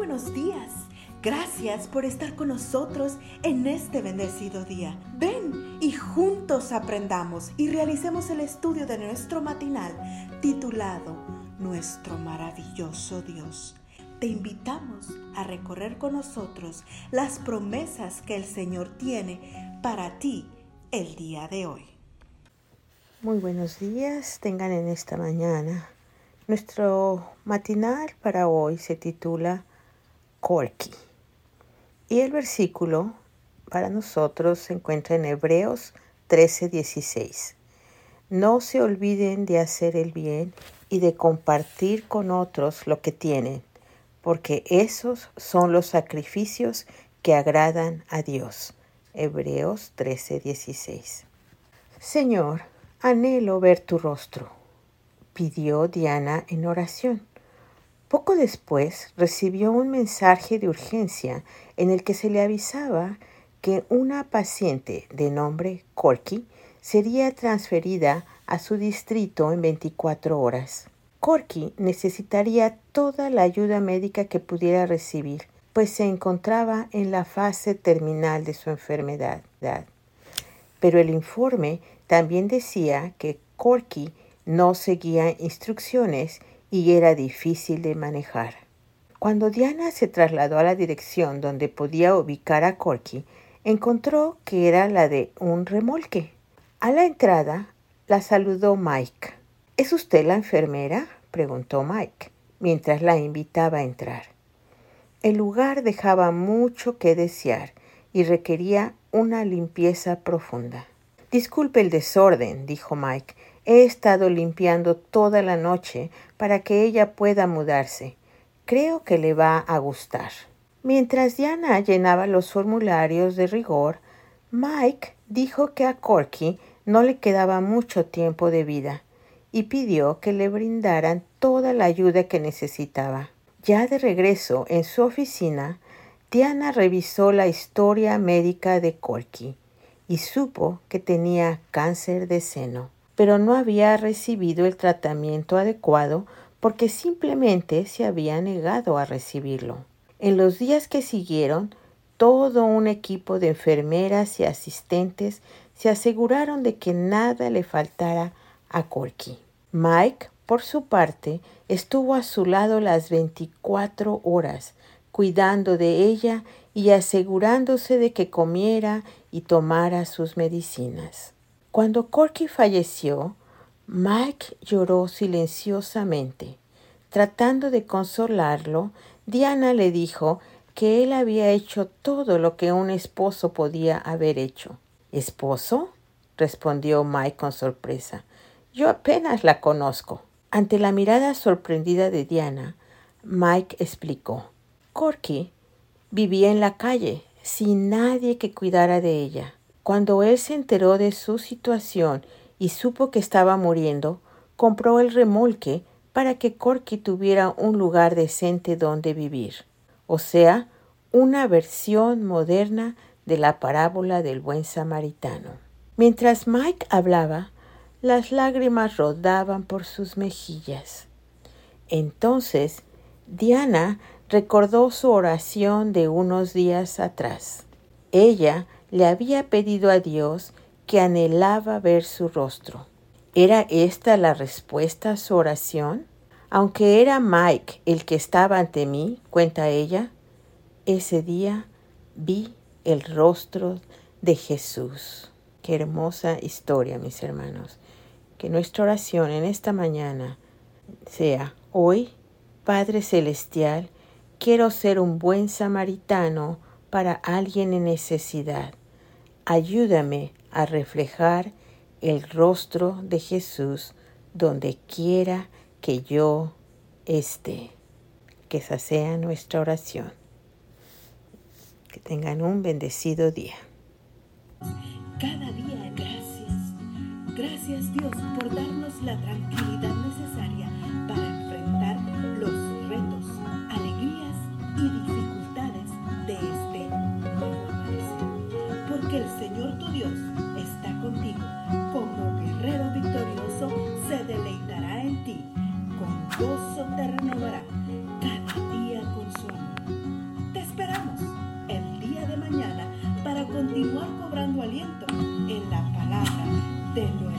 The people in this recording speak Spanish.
buenos días. Gracias por estar con nosotros en este bendecido día. Ven y juntos aprendamos y realicemos el estudio de nuestro matinal titulado Nuestro maravilloso Dios. Te invitamos a recorrer con nosotros las promesas que el Señor tiene para ti el día de hoy. Muy buenos días tengan en esta mañana. Nuestro matinal para hoy se titula Corky. Y el versículo para nosotros se encuentra en Hebreos 13:16. No se olviden de hacer el bien y de compartir con otros lo que tienen, porque esos son los sacrificios que agradan a Dios. Hebreos 13:16. Señor, anhelo ver tu rostro, pidió Diana en oración. Poco después recibió un mensaje de urgencia en el que se le avisaba que una paciente de nombre Corky sería transferida a su distrito en 24 horas. Corky necesitaría toda la ayuda médica que pudiera recibir, pues se encontraba en la fase terminal de su enfermedad. Pero el informe también decía que Corky no seguía instrucciones y era difícil de manejar. Cuando Diana se trasladó a la dirección donde podía ubicar a Corky, encontró que era la de un remolque. A la entrada la saludó Mike. ¿Es usted la enfermera?, preguntó Mike, mientras la invitaba a entrar. El lugar dejaba mucho que desear y requería una limpieza profunda. Disculpe el desorden, dijo Mike. He estado limpiando toda la noche para que ella pueda mudarse. Creo que le va a gustar. Mientras Diana llenaba los formularios de rigor, Mike dijo que a Corky no le quedaba mucho tiempo de vida y pidió que le brindaran toda la ayuda que necesitaba. Ya de regreso en su oficina, Diana revisó la historia médica de Corky y supo que tenía cáncer de seno, pero no había recibido el tratamiento adecuado porque simplemente se había negado a recibirlo. En los días que siguieron, todo un equipo de enfermeras y asistentes se aseguraron de que nada le faltara a Corky. Mike, por su parte, estuvo a su lado las 24 horas, cuidando de ella y asegurándose de que comiera y tomara sus medicinas. Cuando Corky falleció, Mike lloró silenciosamente. Tratando de consolarlo, Diana le dijo que él había hecho todo lo que un esposo podía haber hecho. ¿Esposo?, respondió Mike con sorpresa. Yo apenas la conozco. Ante la mirada sorprendida de Diana, Mike explicó. Corky vivía en la calle, sin nadie que cuidara de ella. Cuando él se enteró de su situación y supo que estaba muriendo, compró el remolque para que Corky tuviera un lugar decente donde vivir. O sea, una versión moderna de la parábola del buen samaritano. Mientras Mike hablaba, las lágrimas rodaban por sus mejillas. Entonces, Diana recordó su oración de unos días atrás. Ella le había pedido a Dios que anhelaba ver su rostro. ¿Era esta la respuesta a su oración? Aunque era Mike el que estaba ante mí, cuenta ella, ese día vi el rostro de Jesús. Qué hermosa historia, mis hermanos. Que nuestra oración en esta mañana sea: hoy, Padre Celestial, quiero ser un buen samaritano para alguien en necesidad. Ayúdame a reflejar el rostro de Jesús donde quiera que yo esté. Que esa sea nuestra oración. Que tengan un bendecido día. Cada día gracias. Gracias, Dios, por darnos la tranquilidad necesaria para enfrentar los retos, alegrías y dificultades de este nuevo amanecer. Porque el Señor tu Dios está contigo. Como guerrero victorioso se deleitará en ti. Con gozo te renovará cada día con su amor. continuar cobrando aliento en la palabra de nuestro